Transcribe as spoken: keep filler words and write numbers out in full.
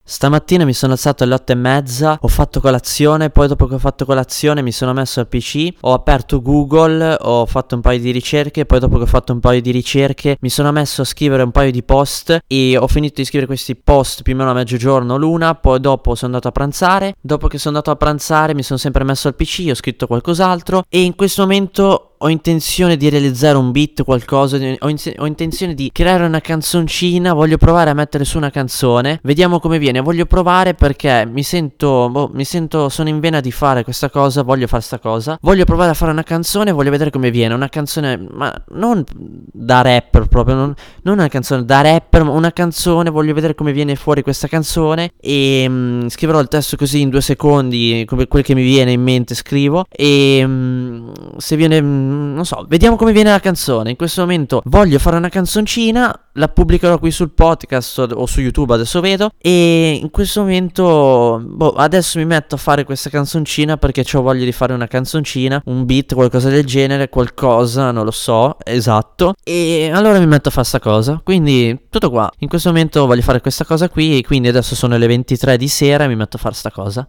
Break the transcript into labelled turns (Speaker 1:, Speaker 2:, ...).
Speaker 1: Stamattina mi sono alzato alle otto e mezza, ho fatto colazione, poi dopo che ho fatto colazione mi sono messo al P C, ho aperto Google, ho fatto un paio di ricerche, poi dopo che ho fatto un paio di ricerche mi sono messo a scrivere un paio di post e ho finito di scrivere questi post più o meno a mezzogiorno l'una, poi dopo sono andato a pranzare, dopo che sono andato a pranzare mi sono sempre messo al P C, ho scritto qualcos'altro e in questo momento ho intenzione di realizzare un beat, qualcosa, ho, in- ho intenzione di creare una canzoncina, voglio provare a mettere su una canzone, vediamo come viene, voglio provare perché mi sento, boh, mi sento, sono in vena di fare questa cosa, voglio fare sta cosa, voglio provare a fare una canzone, voglio vedere come viene, una canzone, ma non da rapper proprio, non, non una canzone da rapper, ma una canzone, voglio vedere come viene fuori questa canzone e mh, scriverò il testo così in due secondi, come quel che mi viene in mente scrivo e mh, se viene... non so, vediamo come viene la canzone. In questo momento voglio fare una canzoncina, la pubblicherò qui sul podcast o, o su YouTube, adesso vedo. E in questo momento, boh, adesso mi metto a fare questa canzoncina perché ho voglia di fare una canzoncina, un beat, qualcosa del genere, qualcosa, non lo so, esatto. E allora mi metto a fare sta cosa. Quindi, tutto qua. In questo momento voglio fare questa cosa qui e quindi adesso sono le ventitré di sera e mi metto a fare sta cosa.